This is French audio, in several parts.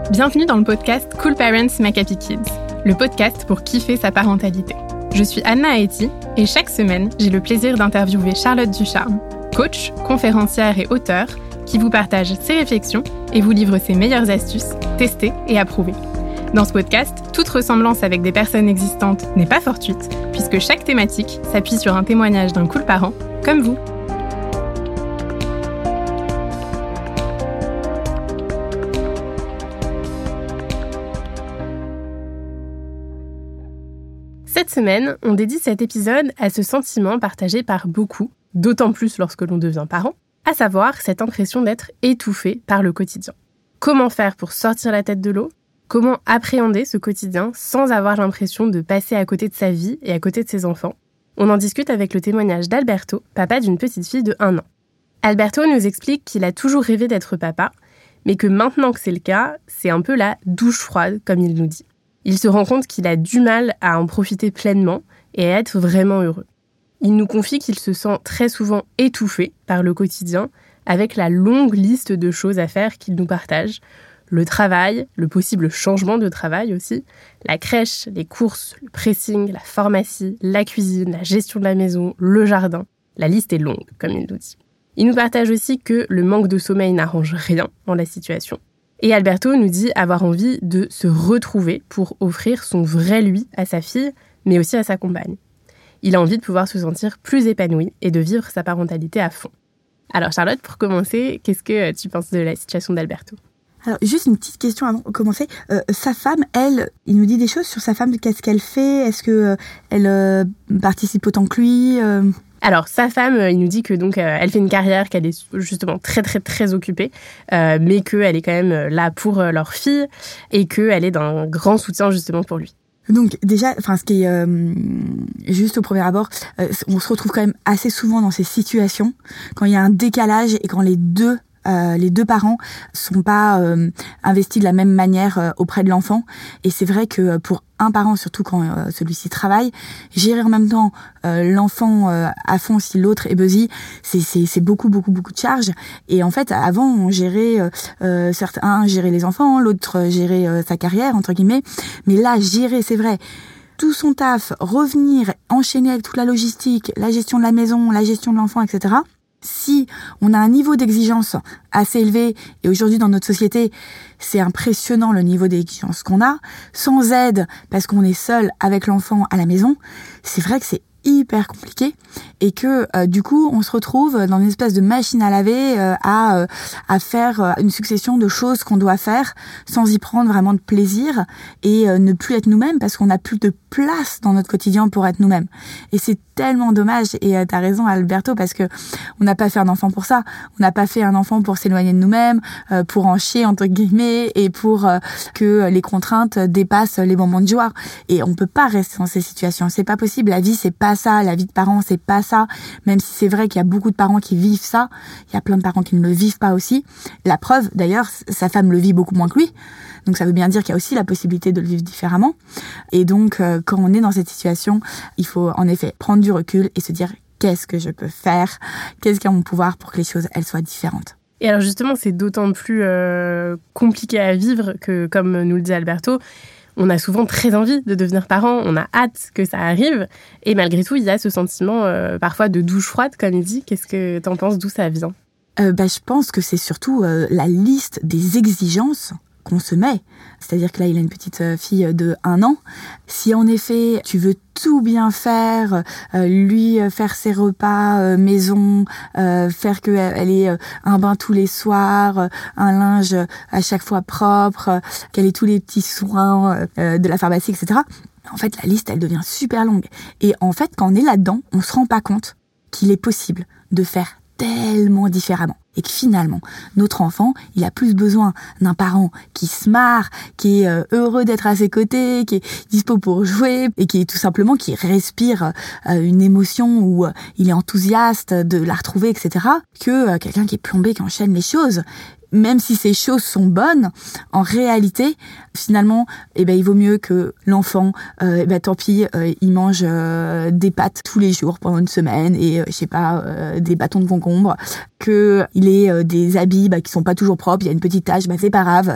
Bienvenue dans le podcast Cool Parents Make Happy Kids, le podcast pour kiffer sa parentalité. Je suis Anna Haïti et chaque semaine, j'ai le plaisir d'interviewer Charlotte Ducharme, coach, conférencière et auteure, qui vous partage ses réflexions et vous livre ses meilleures astuces, testées et approuvées. Dans ce podcast, toute ressemblance avec des personnes existantes n'est pas fortuite, puisque chaque thématique s'appuie sur un témoignage d'un cool parent, comme vous. Cette semaine, on dédie cet épisode à ce sentiment partagé par beaucoup, d'autant plus lorsque l'on devient parent, à savoir cette impression d'être étouffé par le quotidien. Comment faire pour sortir la tête de l'eau ? Comment appréhender ce quotidien sans avoir l'impression de passer à côté de sa vie et à côté de ses enfants ? On en discute avec le témoignage d'Alberto, papa d'une petite fille de 1 an. Alberto nous explique qu'il a toujours rêvé d'être papa, mais que maintenant que c'est le cas, c'est un peu la douche froide, comme il nous dit. Il se rend compte qu'il a du mal à en profiter pleinement et à être vraiment heureux. Il nous confie qu'il se sent très souvent étouffé par le quotidien, avec la longue liste de choses à faire qu'il nous partage. Le travail, le possible changement de travail aussi, la crèche, les courses, le pressing, la pharmacie, la cuisine, la gestion de la maison, le jardin. La liste est longue, comme il nous dit. Il nous partage aussi que le manque de sommeil n'arrange rien dans la situation. Et Alberto nous dit avoir envie de se retrouver pour offrir son vrai lui à sa fille, mais aussi à sa compagne. Il a envie de pouvoir se sentir plus épanoui et de vivre sa parentalité à fond. Alors Charlotte, pour commencer, qu'est-ce que tu penses de la situation d'Alberto ? Alors, juste une petite question avant de commencer. Sa femme, elle, il nous dit des choses sur sa femme, qu'est-ce qu'elle fait ? Est-ce que elle participe autant que lui ? Alors, sa femme, il nous dit que donc elle fait une carrière, qu'elle est justement très occupée, mais qu'elle est quand même là pour leur fille et qu'elle est d'un grand soutien justement pour lui. Donc déjà, ce qui est juste au premier abord, on se retrouve quand même assez souvent dans ces situations quand il y a un décalage et quand les deux parents sont pas investis de la même manière auprès de l'enfant. Et c'est vrai que pour un parent, surtout quand celui-ci travaille, gérer en même temps l'enfant à fond si l'autre est busy, c'est beaucoup de charges. Et en fait, avant, on gérait certains géraient les enfants, l'autre gérait sa carrière entre guillemets. Mais là, gérer, c'est vrai, tout son taf, revenir, enchaîner avec toute la logistique, la gestion de la maison, la gestion de l'enfant, etc. Si on a un niveau d'exigence assez élevé, et aujourd'hui dans notre société, c'est impressionnant le niveau d'exigence qu'on a, sans aide, parce qu'on est seul avec l'enfant à la maison, c'est vrai que c'est hyper compliqué et que du coup on se retrouve dans une espèce de machine à laver à faire une succession de choses qu'on doit faire sans y prendre vraiment de plaisir et ne plus être nous-mêmes parce qu'on n'a plus de place dans notre quotidien pour être nous-mêmes. Et c'est tellement dommage. Et t'as raison Alberto, parce que on n'a pas fait un enfant pour ça. On n'a pas fait un enfant pour s'éloigner de nous-mêmes, pour en chier entre guillemets et pour que les contraintes dépassent les moments de joie. Et on peut pas rester dans ces situations. C'est pas possible. La vie c'est pas ça. La vie de parents c'est pas ça. Même si c'est vrai qu'il y a beaucoup de parents qui vivent ça, il y a plein de parents qui ne le vivent pas aussi. La preuve d'ailleurs, sa femme le vit beaucoup moins que lui. Donc ça veut bien dire qu'il y a aussi la possibilité de le vivre différemment. Et donc quand on est dans cette situation, il faut en effet prendre du recul et se dire qu'est-ce que je peux faire, qu'est-ce qui est en mon pouvoir pour que les choses elles soient différentes. Et alors justement, c'est d'autant plus compliqué à vivre que, comme nous le dit Alberto, on a souvent très envie de devenir parent, on a hâte que ça arrive, et malgré tout, il y a ce sentiment parfois de douche froide, comme il dit. Qu'est-ce que t'en penses, d'où ça vient ? Je pense que c'est surtout la liste des exigences qu'on se met. C'est-à-dire que là, il a une petite fille de 1 an. Si en effet, tu veux tout bien faire, lui faire ses repas maison, faire qu'elle ait un bain tous les soirs, un linge à chaque fois propre, qu'elle ait tous les petits soins de la pharmacie, etc. En fait, la liste, elle devient super longue. Et en fait, quand on est là-dedans, on se rend pas compte qu'il est possible de faire tellement différemment. Et que finalement, notre enfant, il a plus besoin d'un parent qui se marre, qui est heureux d'être à ses côtés, qui est dispo pour jouer et qui est tout simplement qui respire une émotion où il est enthousiaste de la retrouver, etc. que quelqu'un qui est plombé, qui enchaîne les choses. même si ces choses sont bonnes, en réalité, finalement, il vaut mieux que l'enfant, tant pis, il mange des pâtes tous les jours pendant une semaine et des bâtons de concombre, que il ait des habits qui sont pas toujours propres, il y a une petite tache, c'est pas grave,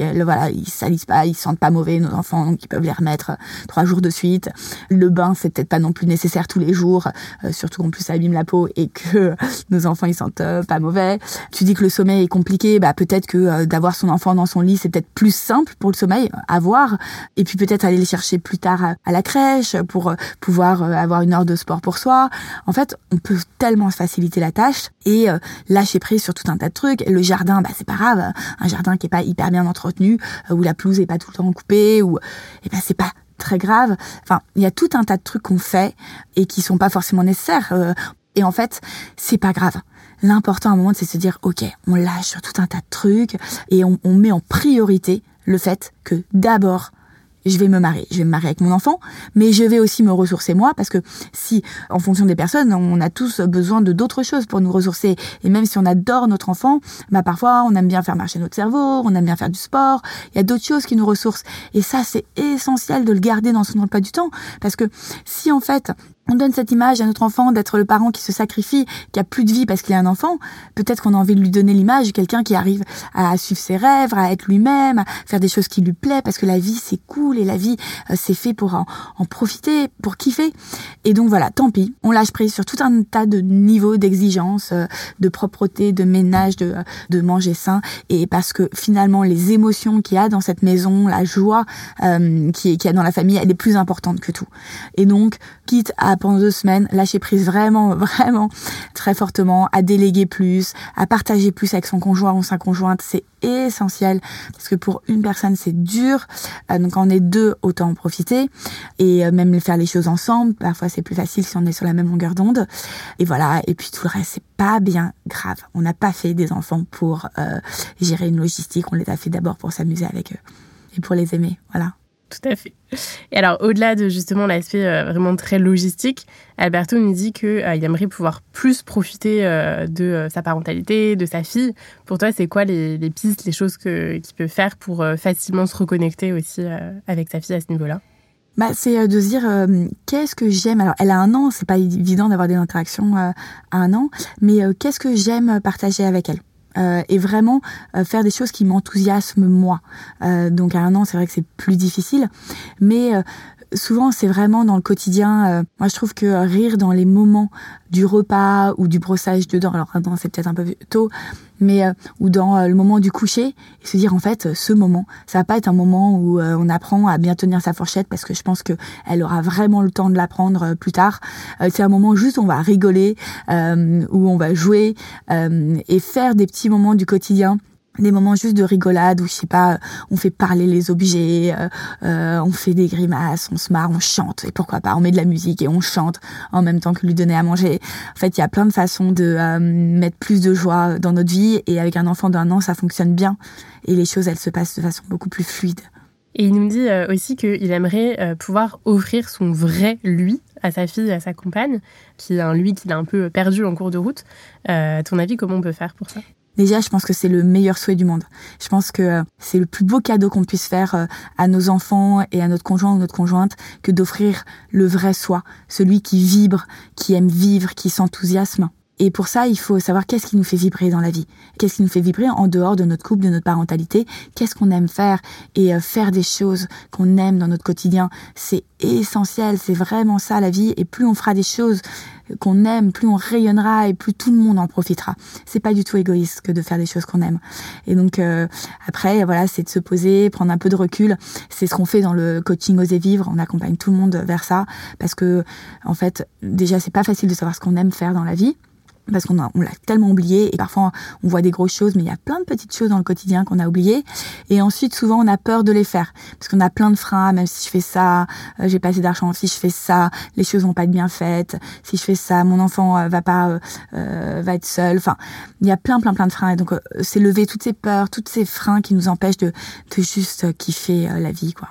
ils salissent pas, ils sentent pas mauvais nos enfants, donc ils peuvent les remettre 3 jours de suite. Le bain, c'est peut-être pas non plus nécessaire tous les jours, surtout qu'en plus ça abîme la peau et que nos enfants ils sentent pas mauvais. Tu dis que le sommeil est compliqué, peut-être que d'avoir son enfant dans son lit, c'est peut-être plus simple pour le sommeil à voir, et puis peut-être aller les chercher plus tard à la crèche pour pouvoir avoir une heure de sport pour soi. En fait, on peut tellement se faciliter la tâche et lâcher prise sur tout un tas de trucs. Le jardin, c'est pas grave, un jardin qui est pas hyper bien entretenu, où la pelouse est pas tout le temps coupée, ou c'est pas très grave. Enfin, il y a tout un tas de trucs qu'on fait et qui sont pas forcément nécessaires. Et en fait, c'est pas grave. L'important à un moment, c'est de se dire, ok, on lâche sur tout un tas de trucs et on met en priorité le fait que d'abord, je vais me marier avec mon enfant, mais je vais aussi me ressourcer moi, parce que si, en fonction des personnes, on a tous besoin de d'autres choses pour nous ressourcer, et même si on adore notre enfant, parfois on aime bien faire marcher notre cerveau, on aime bien faire du sport, il y a d'autres choses qui nous ressourcent, et ça c'est essentiel de le garder dans son emploi du temps, parce que si en fait on donne cette image à notre enfant d'être le parent qui se sacrifie, qui a plus de vie parce qu'il a un enfant, peut-être qu'on a envie de lui donner l'image de quelqu'un qui arrive à suivre ses rêves, à être lui-même, à faire des choses qui lui plaisent, parce que la vie c'est cool et la vie c'est fait pour en profiter, pour kiffer. Et donc voilà, tant pis, on lâche prise sur tout un tas de niveaux d'exigence, de propreté, de ménage, de manger sain, et parce que finalement les émotions qu'il y a dans cette maison, la joie qu'il y a dans la famille, elle est plus importante que tout. Et donc, quitte à pendant 2 semaines, lâcher prise vraiment, vraiment très fortement, à déléguer plus, à partager plus avec son conjoint ou sa conjointe, c'est essentiel, parce que pour une personne c'est dur, donc quand on est 2, autant en profiter, et même faire les choses ensemble, parfois c'est plus facile si on est sur la même longueur d'onde, et voilà, et puis tout le reste c'est pas bien grave, on n'a pas fait des enfants pour gérer une logistique, on les a fait d'abord pour s'amuser avec eux, et pour les aimer, voilà. Tout à fait. Et alors, au-delà de justement l'aspect vraiment très logistique, Alberto nous dit qu'il aimerait pouvoir plus profiter de sa parentalité, de sa fille. Pour toi, c'est quoi les pistes, les choses qu'il peut faire pour facilement se reconnecter aussi avec sa fille à ce niveau-là ? C'est de se dire qu'est-ce que j'aime. Alors, elle a 1 an, c'est pas évident d'avoir des interactions à 1 an, mais qu'est-ce que j'aime partager avec elle ? Et vraiment faire des choses qui m'enthousiasment moi. Donc à 1 an, c'est vrai que c'est plus difficile, mais souvent c'est vraiment dans le quotidien. Moi, je trouve que rire dans les moments du repas ou du brossage de dents, alors 1 an c'est peut-être un peu tôt, mais ou dans le moment du coucher, et se dire en fait ce moment, ça va pas être un moment où on apprend à bien tenir sa fourchette, parce que je pense que elle aura vraiment le temps de l'apprendre plus tard. C'est un moment juste où on va rigoler, où on va jouer et faire des petits moments du quotidien. Des moments juste de rigolade où, on fait parler les objets, on fait des grimaces, on se marre, on chante, et pourquoi pas, on met de la musique et on chante en même temps que lui donner à manger. En fait, il y a plein de façons de mettre plus de joie dans notre vie, et avec un enfant d'1 an, ça fonctionne bien, et les choses, elles se passent de façon beaucoup plus fluide. Et il nous dit aussi qu'il aimerait pouvoir offrir son vrai lui à sa fille, à sa compagne, qui est un lui qu'il a un peu perdu en cours de route. À ton avis, comment on peut faire pour ça ? Déjà, je pense que c'est le meilleur souhait du monde. Je pense que c'est le plus beau cadeau qu'on puisse faire à nos enfants et à notre conjoint ou notre conjointe, que d'offrir le vrai soi, celui qui vibre, qui aime vivre, qui s'enthousiasme. Et pour ça, il faut savoir qu'est-ce qui nous fait vibrer dans la vie. Qu'est-ce qui nous fait vibrer en dehors de notre couple, de notre parentalité. Qu'est-ce qu'on aime faire, et faire des choses qu'on aime dans notre quotidien. C'est essentiel, c'est vraiment ça la vie. Et plus on fera des choses qu'on aime, plus on rayonnera et plus tout le monde en profitera. C'est pas du tout égoïste que de faire des choses qu'on aime. Et donc après, voilà, c'est de se poser, prendre un peu de recul. C'est ce qu'on fait dans le coaching Oser Vivre. On accompagne tout le monde vers ça, parce que en fait, déjà, c'est pas facile de savoir ce qu'on aime faire dans la vie, parce qu'on l'a tellement oublié, et parfois on voit des grosses choses, mais il y a plein de petites choses dans le quotidien qu'on a oubliées, et ensuite souvent on a peur de les faire, parce qu'on a plein de freins. Même si je fais ça, j'ai pas assez d'argent, si je fais ça, les choses vont pas être bien faites, si je fais ça, mon enfant va être seul. Enfin, il y a plein de freins, et donc c'est lever toutes ces peurs, tous ces freins qui nous empêchent de juste kiffer la vie, quoi.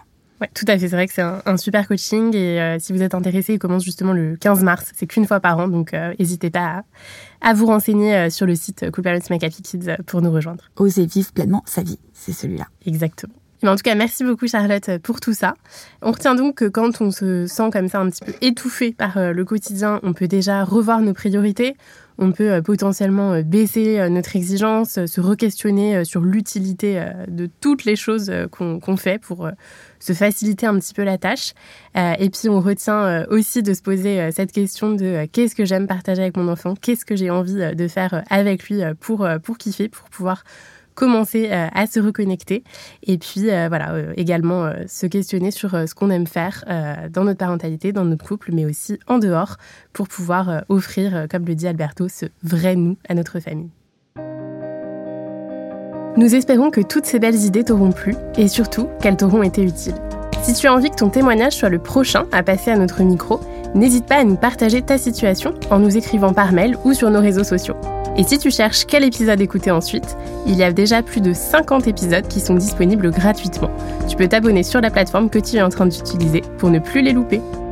Ouais, tout à fait. C'est vrai que c'est un super coaching et si vous êtes intéressé, il commence justement le 15 mars. C'est qu'une fois par an, donc n'hésitez pas à vous renseigner sur le site Cool Parents Make Happy Kids pour nous rejoindre. Oser vivre pleinement sa vie, c'est celui-là. Exactement. Mais en tout cas, merci beaucoup Charlotte pour tout ça. On retient donc que quand on se sent comme ça un petit peu étouffé par le quotidien, on peut déjà revoir nos priorités. On peut potentiellement baisser notre exigence, se re-questionner sur l'utilité de toutes les choses qu'on fait pour se faciliter un petit peu la tâche. Et puis on retient aussi de se poser cette question de qu'est-ce que j'aime partager avec mon enfant, qu'est-ce que j'ai envie de faire avec lui pour kiffer, pour pouvoir commencer à se reconnecter et puis également se questionner sur ce qu'on aime faire dans notre parentalité, dans notre couple, mais aussi en dehors pour pouvoir offrir, comme le dit Alberto, ce vrai nous à notre famille. Nous espérons que toutes ces belles idées t'auront plu et surtout qu'elles t'auront été utiles. Si tu as envie que ton témoignage soit le prochain à passer à notre micro, n'hésite pas à nous partager ta situation en nous écrivant par mail ou sur nos réseaux sociaux. Et si tu cherches quel épisode écouter ensuite, il y a déjà plus de 50 épisodes qui sont disponibles gratuitement. Tu peux t'abonner sur la plateforme que tu es en train d'utiliser pour ne plus les louper.